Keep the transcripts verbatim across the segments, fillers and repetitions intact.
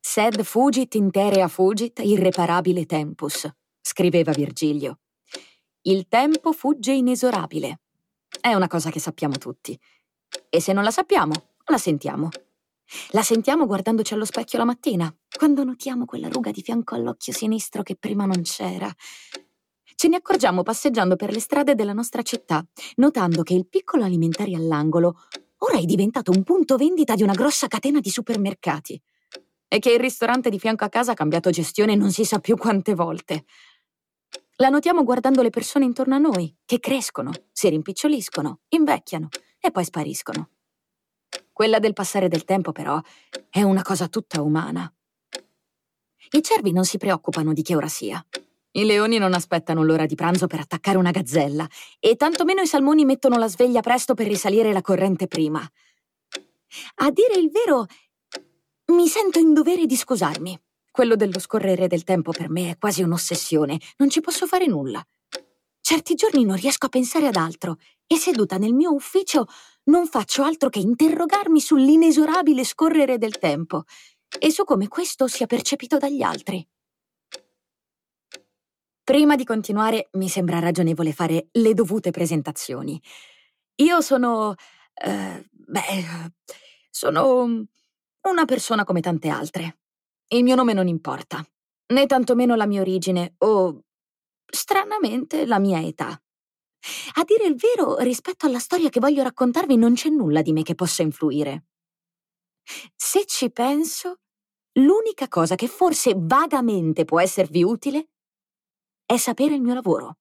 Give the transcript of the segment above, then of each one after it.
Sed fugit interea fugit irreparabile tempus, scriveva Virgilio. Il tempo fugge inesorabile. È una cosa che sappiamo tutti. E se non la sappiamo, la sentiamo. La sentiamo guardandoci allo specchio la mattina, quando notiamo quella ruga di fianco all'occhio sinistro che prima non c'era. Ce ne accorgiamo passeggiando per le strade della nostra città, notando che il piccolo alimentare all'angolo ora è diventato un punto vendita di una grossa catena di supermercati. E che il ristorante di fianco a casa ha cambiato gestione non si sa più quante volte. La notiamo guardando le persone intorno a noi, che crescono, si rimpiccioliscono, invecchiano e poi spariscono. Quella del passare del tempo, però, è una cosa tutta umana. I cervi non si preoccupano di che ora sia. I leoni non aspettano l'ora di pranzo per attaccare una gazzella e tantomeno i salmoni mettono la sveglia presto per risalire la corrente prima. A dire il vero, mi sento in dovere di scusarmi. Quello dello scorrere del tempo per me è quasi un'ossessione. Non ci posso fare nulla. Certi giorni non riesco a pensare ad altro e seduta nel mio ufficio non faccio altro che interrogarmi sull'inesorabile scorrere del tempo e su come questo sia percepito dagli altri. Prima di continuare, mi sembra ragionevole fare le dovute presentazioni. Io sono... Eh, beh... sono... una persona come tante altre. Il mio nome non importa, né tantomeno la mia origine o, stranamente, la mia età. A dire il vero, rispetto alla storia che voglio raccontarvi non c'è nulla di me che possa influire. Se ci penso, l'unica cosa che forse vagamente può esservi utile è sapere il mio lavoro.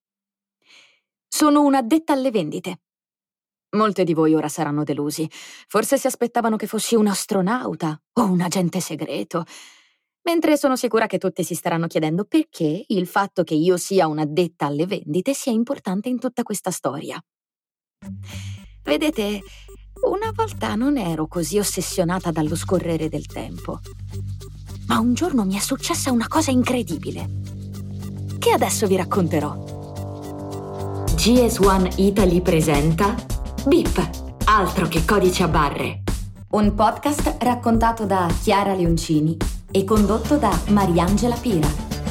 Sono un'addetta alle vendite. Molte di voi ora saranno delusi. Forse si aspettavano che fossi un astronauta o un agente segreto, mentre sono sicura che tutti si staranno chiedendo perché il fatto che io sia un'addetta alle vendite sia importante in tutta questa storia. Vedete, una volta non ero così ossessionata dallo scorrere del tempo, ma un giorno mi è successa una cosa incredibile, che adesso vi racconterò. G S uno Italy presenta Bip, altro che codice a barre. Un podcast raccontato da Chiara Leoncini e condotto da Mariangela Pira.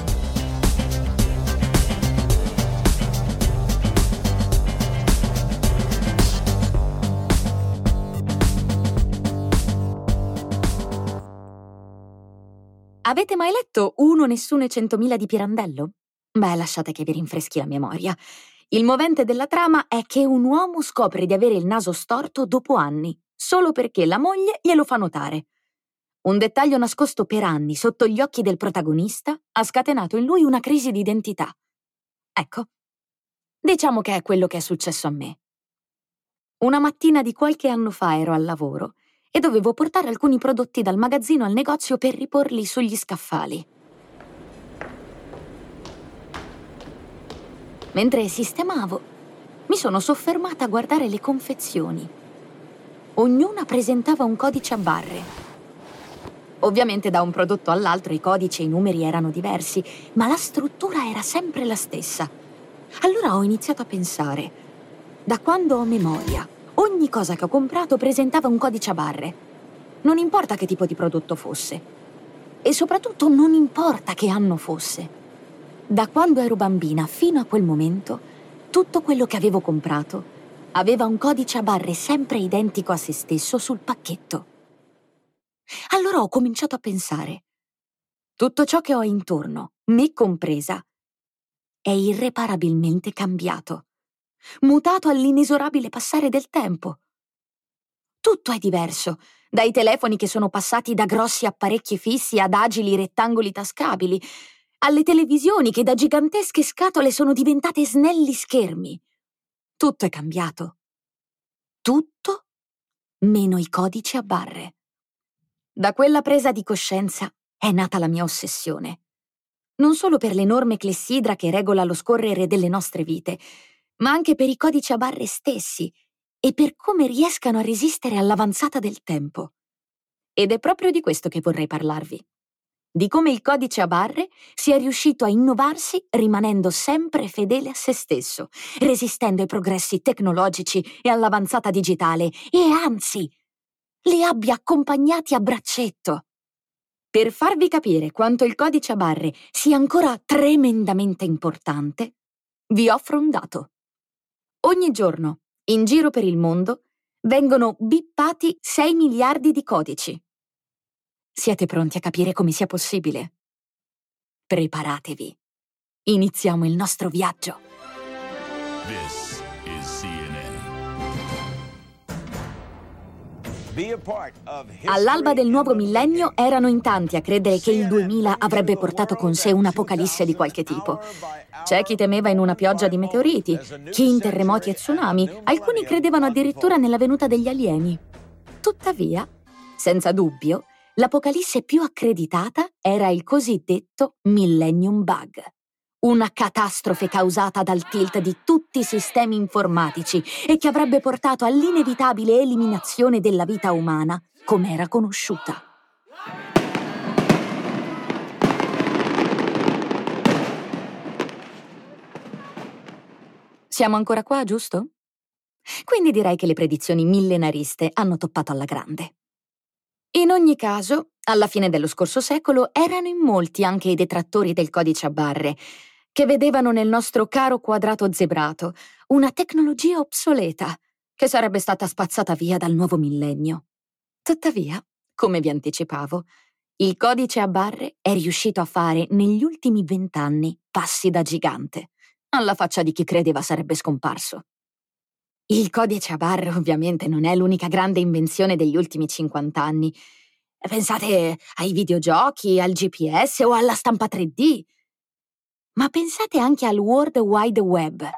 Avete mai letto Uno, Nessuno e Centomila di Pirandello? Beh, lasciate che vi rinfreschi la memoria. Il movente della trama è che un uomo scopre di avere il naso storto dopo anni, solo perché la moglie glielo fa notare. Un dettaglio nascosto per anni sotto gli occhi del protagonista ha scatenato in lui una crisi di identità. Ecco, diciamo che è quello che è successo a me. Una mattina di qualche anno fa ero al lavoro e dovevo portare alcuni prodotti dal magazzino al negozio per riporli sugli scaffali. Mentre sistemavo, mi sono soffermata a guardare le confezioni. Ognuna presentava un codice a barre. Ovviamente da un prodotto all'altro i codici e i numeri erano diversi, ma la struttura era sempre la stessa. Allora ho iniziato a pensare, da quando ho memoria, ogni cosa che ho comprato presentava un codice a barre. Non importa che tipo di prodotto fosse. E soprattutto non importa che anno fosse. Da quando ero bambina fino a quel momento, tutto quello che avevo comprato aveva un codice a barre sempre identico a se stesso sul pacchetto. Allora ho cominciato a pensare, tutto ciò che ho intorno, me compresa, è irreparabilmente cambiato, mutato all'inesorabile passare del tempo. Tutto è diverso, dai telefoni che sono passati da grossi apparecchi fissi ad agili rettangoli tascabili, alle televisioni che da gigantesche scatole sono diventate snelli schermi. Tutto è cambiato. Tutto meno i codici a barre. Da quella presa di coscienza è nata la mia ossessione. Non solo per l'enorme clessidra che regola lo scorrere delle nostre vite, ma anche per i codici a barre stessi e per come riescano a resistere all'avanzata del tempo. Ed è proprio di questo che vorrei parlarvi. Di come il codice a barre sia riuscito a innovarsi rimanendo sempre fedele a se stesso, resistendo ai progressi tecnologici e all'avanzata digitale e anzi, li abbia accompagnati a braccetto. Per farvi capire quanto il codice a barre sia ancora tremendamente importante, vi offro un dato. Ogni giorno, in giro per il mondo, vengono bippati sei miliardi di codici. Siete pronti a capire come sia possibile? Preparatevi. Iniziamo il nostro viaggio. This is C N N. All'alba del nuovo millennio erano in tanti a credere che il duemila avrebbe portato con sé un'apocalisse di qualche tipo. C'è chi temeva in una pioggia di meteoriti, chi in terremoti e tsunami, alcuni credevano addirittura nella venuta degli alieni. Tuttavia, senza dubbio, l'apocalisse più accreditata era il cosiddetto Millennium Bug. Una catastrofe causata dal tilt di tutti i sistemi informatici e che avrebbe portato all'inevitabile eliminazione della vita umana come era conosciuta. Siamo ancora qua, giusto? Quindi direi che le predizioni millenariste hanno toppato alla grande. In ogni caso, alla fine dello scorso secolo erano in molti anche i detrattori del codice a barre, che vedevano nel nostro caro quadrato zebrato una tecnologia obsoleta che sarebbe stata spazzata via dal nuovo millennio. Tuttavia, come vi anticipavo, il codice a barre è riuscito a fare negli ultimi vent'anni passi da gigante, alla faccia di chi credeva sarebbe scomparso. Il codice a barre ovviamente non è l'unica grande invenzione degli ultimi cinquanta anni. Pensate ai videogiochi, al G P S o alla stampa tre D. Ma pensate anche al World Wide Web.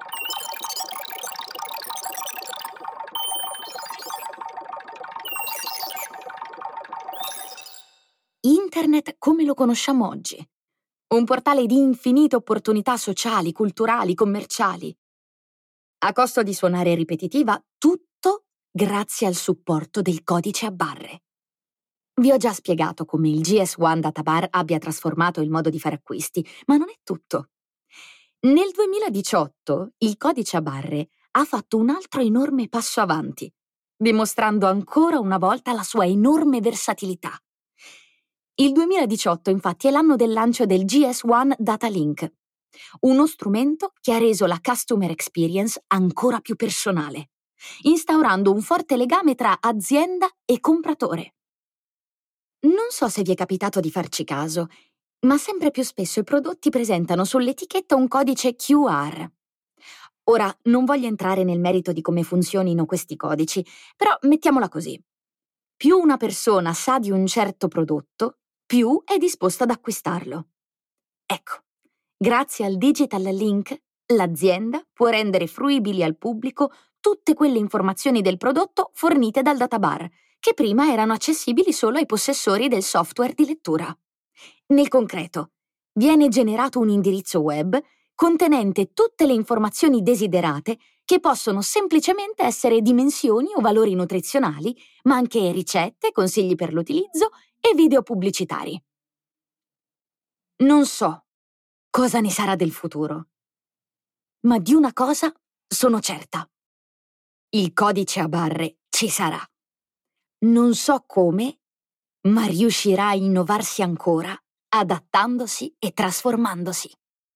Internet come lo conosciamo oggi. Un portale di infinite opportunità sociali, culturali, commerciali. A costo di suonare ripetitiva, tutto grazie al supporto del codice a barre. Vi ho già spiegato come il G S uno Data Bar abbia trasformato il modo di fare acquisti, ma non è tutto. Nel duemiladiciotto il codice a barre ha fatto un altro enorme passo avanti, dimostrando ancora una volta la sua enorme versatilità. Il duemiladiciotto infatti è l'anno del lancio del G S uno Data Link, uno strumento che ha reso la customer experience ancora più personale, instaurando un forte legame tra azienda e compratore. Non so se vi è capitato di farci caso, ma sempre più spesso i prodotti presentano sull'etichetta un codice Q R. Ora, non voglio entrare nel merito di come funzionino questi codici, però mettiamola così. Più una persona sa di un certo prodotto, più è disposta ad acquistarlo. Ecco, grazie al Digital Link, l'azienda può rendere fruibili al pubblico tutte quelle informazioni del prodotto fornite dal databar, che prima erano accessibili solo ai possessori del software di lettura. Nel concreto, viene generato un indirizzo web contenente tutte le informazioni desiderate che possono semplicemente essere dimensioni o valori nutrizionali, ma anche ricette, consigli per l'utilizzo e video pubblicitari. Non so cosa ne sarà del futuro, ma di una cosa sono certa. Il codice a barre ci sarà. Non so come, ma riuscirà a innovarsi ancora, adattandosi e trasformandosi.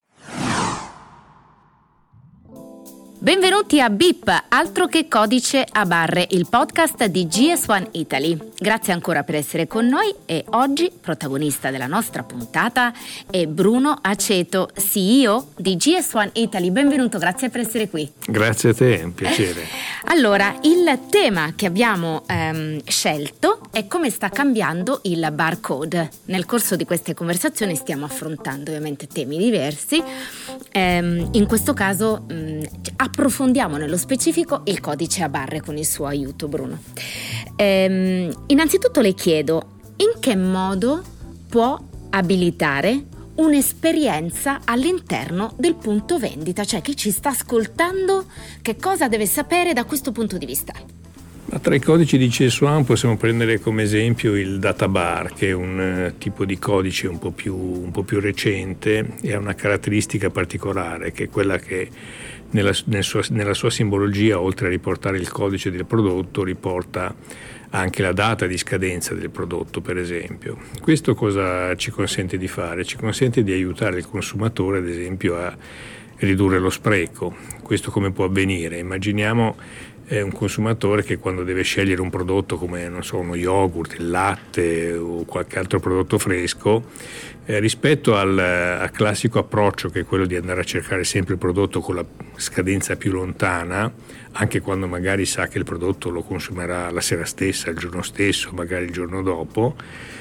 Benvenuti a Beep, altro che codice a barre, il podcast di G S uno Italy. Grazie ancora per essere con noi e oggi protagonista della nostra puntata è Bruno Aceto, C E O di G S uno Italy. Benvenuto, grazie per essere qui. Grazie a te, è un piacere. Allora, il tema che abbiamo ehm, scelto è come sta cambiando il barcode. Nel corso di queste conversazioni stiamo affrontando ovviamente temi diversi. Ehm, in questo caso mh, approfondiamo nello specifico il codice a barre con il suo aiuto, Bruno. Ehm, innanzitutto le chiedo, in che modo può abilitare un'esperienza all'interno del punto vendita? Cioè, chi ci sta ascoltando, che cosa deve sapere da questo punto di vista? Ma tra i codici di G S uno possiamo prendere come esempio il data bar, che è un uh, tipo di codice un po' più, un po' più recente e ha una caratteristica particolare, che è quella che nella, nel sua, nella sua simbologia, oltre a riportare il codice del prodotto, riporta anche la data di scadenza del prodotto, per esempio. Questo cosa ci consente di fare? Ci consente di aiutare il consumatore, ad esempio, a ridurre lo spreco. Questo come può avvenire? Immaginiamo eh, un consumatore che quando deve scegliere un prodotto come, non so, uno yogurt, il latte o qualche altro prodotto fresco, eh, rispetto al, al classico approccio che è quello di andare a cercare sempre il prodotto con la scadenza più lontana, anche quando magari sa che il prodotto lo consumerà la sera stessa, il giorno stesso, magari il giorno dopo,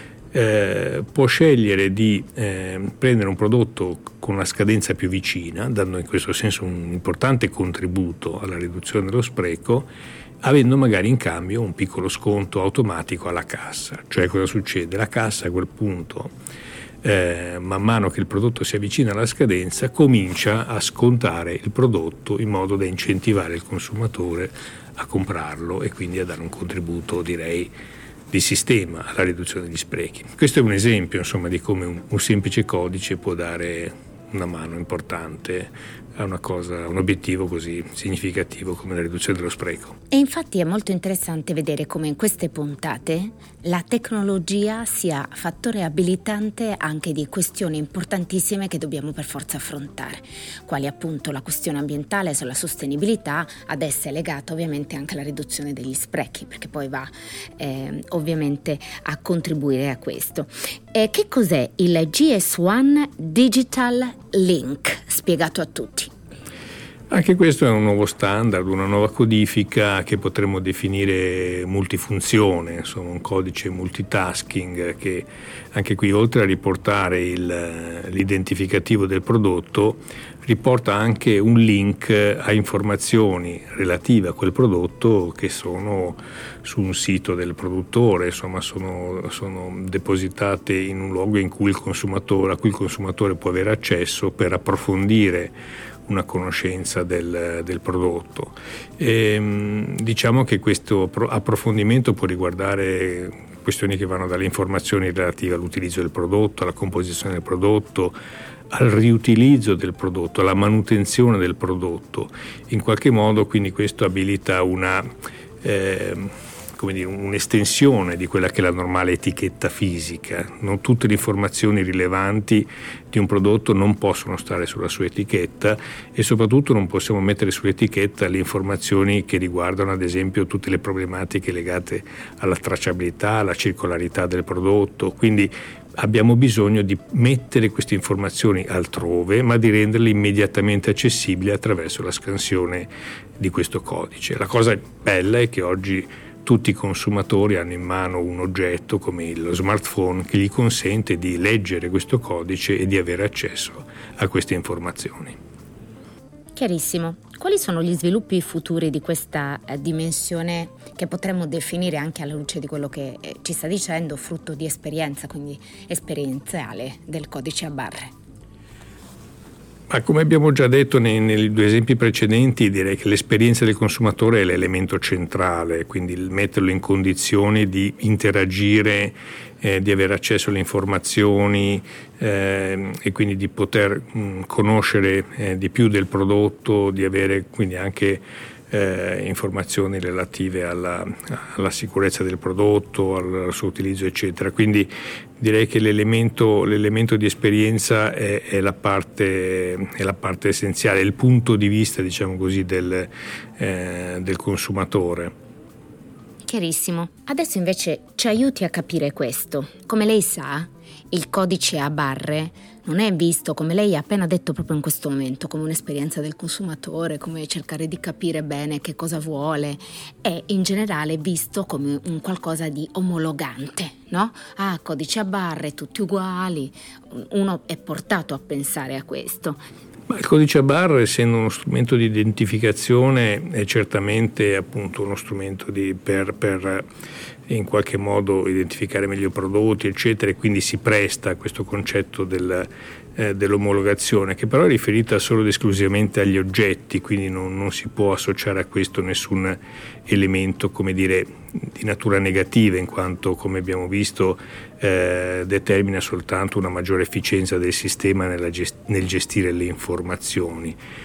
eh, può scegliere di eh, prendere un prodotto con una scadenza più vicina, dando in questo senso un importante contributo alla riduzione dello spreco, avendo magari in cambio un piccolo sconto automatico alla cassa. Cioè, cosa succede? La cassa a quel punto, eh, man mano che il prodotto si avvicina alla scadenza, comincia a scontare il prodotto in modo da incentivare il consumatore a comprarlo e quindi a dare un contributo, direi, di sistema alla riduzione degli sprechi. Questo è un esempio, insomma, di come un, un semplice codice può dare una mano importante a una cosa, a un obiettivo così significativo come la riduzione dello spreco. E infatti è molto interessante vedere come in queste puntate la tecnologia sia fattore abilitante anche di questioni importantissime che dobbiamo per forza affrontare, quali appunto la questione ambientale sulla sostenibilità, ad essa è legata ovviamente anche la riduzione degli sprechi, perché poi va eh, ovviamente a contribuire a questo. E che cos'è il G S uno Digital Link? Spiegato a tutti. Anche questo è un nuovo standard, una nuova codifica che potremmo definire multifunzione, insomma un codice multitasking che anche qui, oltre a riportare il, l'identificativo del prodotto, riporta anche un link a informazioni relative a quel prodotto che sono su un sito del produttore, insomma sono, sono depositate in un luogo in cui il consumatore, a cui il consumatore può avere accesso per approfondire una conoscenza del, del prodotto. E, diciamo che questo approfondimento può riguardare questioni che vanno dalle informazioni relative all'utilizzo del prodotto, alla composizione del prodotto, al riutilizzo del prodotto, alla manutenzione del prodotto. In qualche modo quindi questo abilita una eh, come dire, un'estensione di quella che è la normale etichetta fisica. Non tutte le informazioni rilevanti di un prodotto non possono stare sulla sua etichetta e soprattutto non possiamo mettere sull'etichetta le informazioni che riguardano ad esempio tutte le problematiche legate alla tracciabilità, alla circolarità del prodotto. Quindi abbiamo bisogno di mettere queste informazioni altrove, ma di renderle immediatamente accessibili attraverso la scansione di questo codice. La cosa bella è che oggi tutti i consumatori hanno in mano un oggetto come lo smartphone che gli consente di leggere questo codice e di avere accesso a queste informazioni. Chiarissimo. Quali sono gli sviluppi futuri di questa eh, dimensione che potremmo definire anche alla luce di quello che eh, ci sta dicendo, frutto di esperienza, quindi esperienziale del codice a barre? Ma come abbiamo già detto nei, nei due esempi precedenti, direi che l'esperienza del consumatore è l'elemento centrale, quindi il metterlo in condizioni di interagire, eh, di avere accesso alle informazioni eh, e quindi di poter mh, conoscere eh, di più del prodotto, di avere quindi anche eh, informazioni relative alla, alla sicurezza del prodotto, al suo utilizzo eccetera. Quindi direi che l'elemento, l'elemento di esperienza è, è, la parte, è la parte essenziale, il punto di vista, diciamo così, del, eh, del consumatore. Chiarissimo. Adesso invece ci aiuti a capire questo. Come lei sa, il codice a barre non è visto, come lei ha appena detto proprio in questo momento, come un'esperienza del consumatore, come cercare di capire bene che cosa vuole. È in generale visto come un qualcosa di omologante, no? Ah, codice a barre, tutti uguali. Uno è portato a pensare a questo. Ma il codice a barre, essendo uno strumento di identificazione, è certamente appunto uno strumento di, per, per in qualche modo identificare meglio i prodotti, eccetera, e quindi si presta a questo concetto del, eh, dell'omologazione, che però è riferita solo ed esclusivamente agli oggetti, quindi non, non si può associare a questo nessun elemento, come dire, di natura negativa, in quanto, come abbiamo visto, eh, determina soltanto una maggiore efficienza del sistema nella gest- nel gestire le informazioni.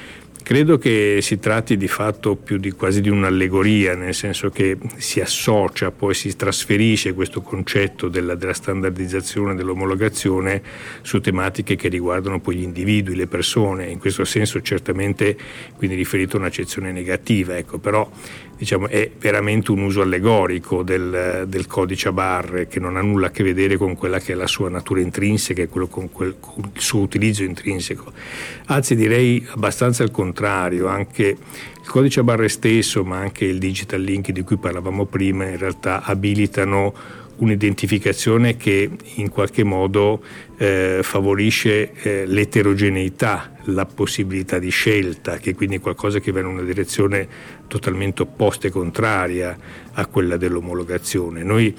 Credo che si tratti di fatto più di quasi di un'allegoria, nel senso che si associa, poi si trasferisce questo concetto della, della standardizzazione, dell'omologazione su tematiche che riguardano poi gli individui, le persone. In questo senso certamente quindi riferito a un'accezione negativa, ecco, però diciamo è veramente un uso allegorico del, del codice a barre, che non ha nulla a che vedere con quella che è la sua natura intrinseca e quello con, quel, con il suo utilizzo intrinseco. Anzi, direi abbastanza il contrario. Anche il codice a barre stesso, ma anche il digital link di cui parlavamo prima, in realtà abilitano un'identificazione che in qualche modo eh, favorisce eh, l'eterogeneità, la possibilità di scelta, che quindi è qualcosa che va in una direzione totalmente opposta e contraria a quella dell'omologazione. Noi,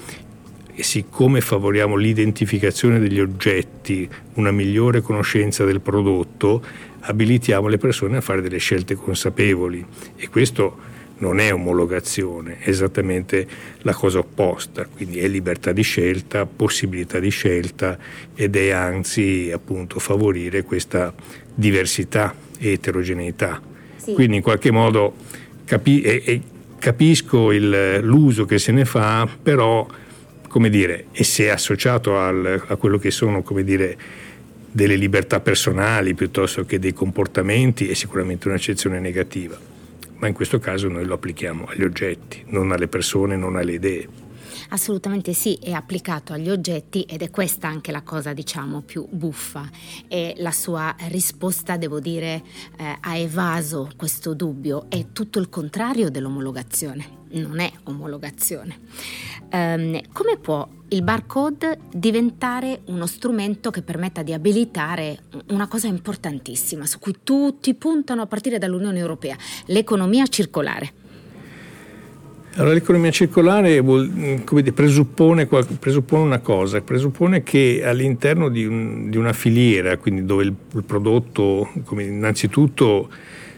siccome favoriamo l'identificazione degli oggetti, una migliore conoscenza del prodotto, abilitiamo le persone a fare delle scelte consapevoli, e questo non è omologazione, è esattamente la cosa opposta, quindi è libertà di scelta, possibilità di scelta, ed è anzi appunto favorire questa diversità e eterogeneità. Sì. Quindi in qualche modo capi- e, e capisco il, l'uso che se ne fa, però come dire, e se è associato al, a quello che sono, come dire, delle libertà personali piuttosto che dei comportamenti, è sicuramente un'accezione negativa. Ma in questo caso noi lo applichiamo agli oggetti, non alle persone, non alle idee. Assolutamente sì, è applicato agli oggetti, ed è questa anche la cosa, diciamo, più buffa. E la sua risposta, devo dire, eh, ha evaso questo dubbio. È tutto il contrario dell'omologazione, non è omologazione. Um, come può il barcode diventare uno strumento che permetta di abilitare una cosa importantissima su cui tutti puntano a partire dall'Unione Europea, l'economia circolare? Allora, l'economia circolare vuol, come dire, presuppone, presuppone una cosa, presuppone che all'interno di, un, di una filiera, quindi dove il, il prodotto, come innanzitutto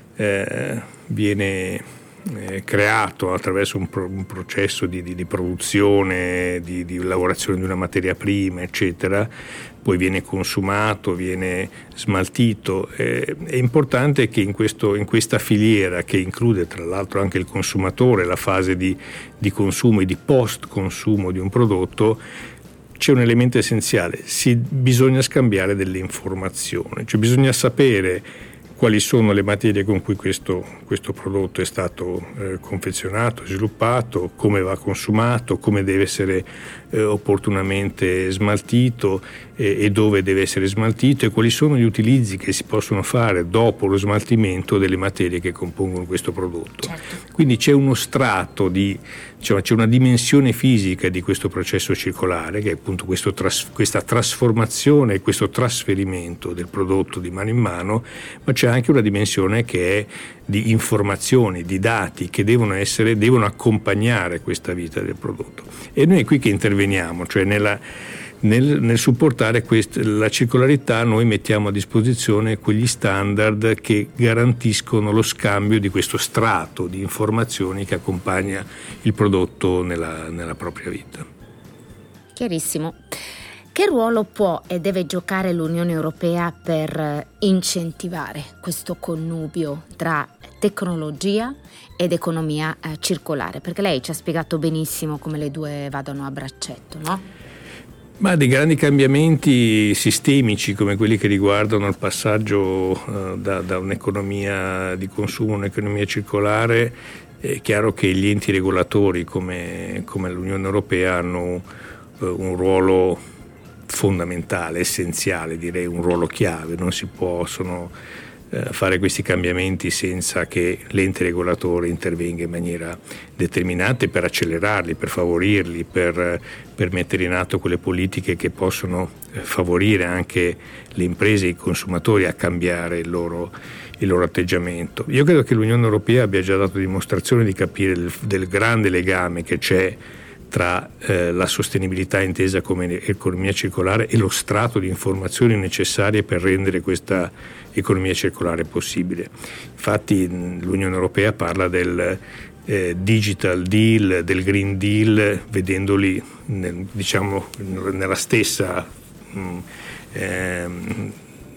eh, viene eh, creato attraverso un, pro, un processo di, di, di produzione, di, di lavorazione di una materia prima, eccetera, poi viene consumato, viene smaltito. Eh, è importante che in, questo, in questa filiera, che include tra l'altro anche il consumatore, la fase di, di consumo e di post-consumo di un prodotto, c'è un elemento essenziale: si, bisogna scambiare delle informazioni, cioè bisogna sapere quali sono le materie con cui questo, questo prodotto è stato eh, confezionato, sviluppato, come va consumato, come deve essere eh, opportunamente smaltito eh, e dove deve essere smaltito, e quali sono gli utilizzi che si possono fare dopo lo smaltimento delle materie che compongono questo prodotto. Certo. Quindi c'è uno strato di, diciamo, c'è una dimensione fisica di questo processo circolare, che è appunto questo tras- questa trasformazione e questo trasferimento del prodotto di mano in mano, ma c'è anche una dimensione che è di informazioni, di dati che devono essere, devono accompagnare questa vita del prodotto. E noi è qui che interveniamo, cioè nella, nel, nel supportare quest, la circolarità. Noi mettiamo a disposizione quegli standard che garantiscono lo scambio di questo strato di informazioni che accompagna il prodotto nella, nella propria vita. Chiarissimo. Che ruolo può e deve giocare l'Unione Europea per incentivare questo connubio tra tecnologia ed economia eh, circolare? Perché lei ci ha spiegato benissimo come le due vadano a braccetto, no? Ma dei grandi cambiamenti sistemici come quelli che riguardano il passaggio eh, da, da un'economia di consumo a un'economia circolare, è chiaro che gli enti regolatori come, come l'Unione Europea hanno eh, un ruolo fondamentale, essenziale, direi un ruolo chiave. Non si possono eh, fare questi cambiamenti senza che l'ente regolatore intervenga in maniera determinante per accelerarli, per favorirli, per, per mettere in atto quelle politiche che possono favorire anche le imprese e i consumatori a cambiare il loro, il loro atteggiamento. Io credo che l'Unione Europea abbia già dato dimostrazione di capire del, del grande legame che c'è tra eh, la sostenibilità intesa come economia circolare e lo strato di informazioni necessarie per rendere questa economia circolare possibile. Infatti l'Unione Europea parla del eh, Digital Deal, del Green Deal, vedendoli nel, diciamo, nella stessa mh, eh,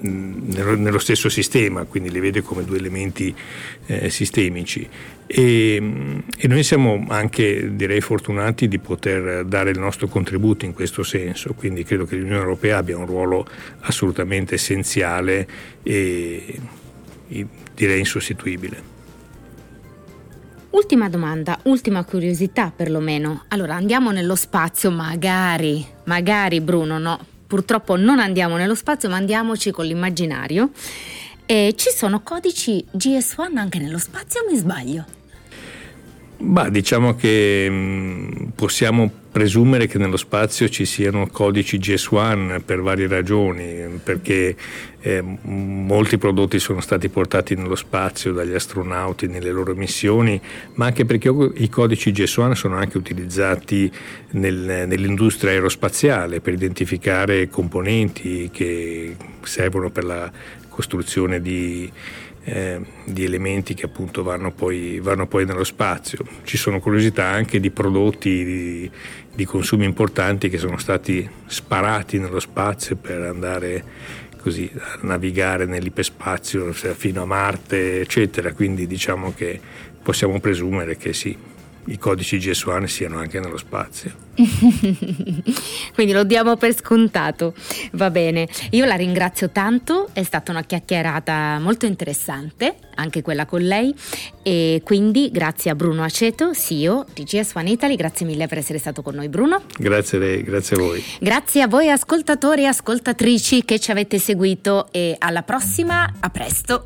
nello, nello stesso sistema, quindi li vede come due elementi eh, sistemici. E, e noi siamo anche, direi, fortunati di poter dare il nostro contributo in questo senso, quindi credo che l'Unione Europea abbia un ruolo assolutamente essenziale e, e direi insostituibile. Ultima domanda, ultima curiosità perlomeno. Allora, andiamo nello spazio, magari, magari Bruno, no, purtroppo non andiamo nello spazio, ma andiamoci con l'immaginario. E ci sono codici G S uno anche nello spazio o mi sbaglio? Bah, diciamo che mh, possiamo presumere che nello spazio ci siano codici G S uno per varie ragioni, perché eh, molti prodotti sono stati portati nello spazio dagli astronauti nelle loro missioni, ma anche perché i codici G S uno sono anche utilizzati nel, nell'industria aerospaziale per identificare componenti che servono per la costruzione di Eh, di elementi che appunto vanno poi, vanno poi nello spazio. Ci sono curiosità anche di prodotti di, di consumi importanti che sono stati sparati nello spazio per andare così a navigare nell'iperspazio fino a Marte, eccetera. Quindi diciamo che possiamo presumere che sì, i codici G S uno siano anche nello spazio. Quindi lo diamo per scontato. Va bene, io la ringrazio tanto, è stata una chiacchierata molto interessante anche quella con lei, e quindi grazie a Bruno Aceto, C E O di G S uno Italy. Grazie mille per essere stato con noi, Bruno. Grazie a lei, grazie a voi. Grazie a voi ascoltatori e ascoltatrici che ci avete seguito, e alla prossima, a presto.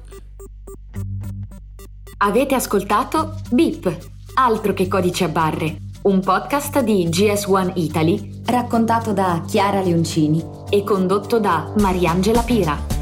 Avete ascoltato Beep, altro che codici a barre, un podcast di G S uno Italy raccontato da Chiara Leoncini e condotto da Mariangela Pira.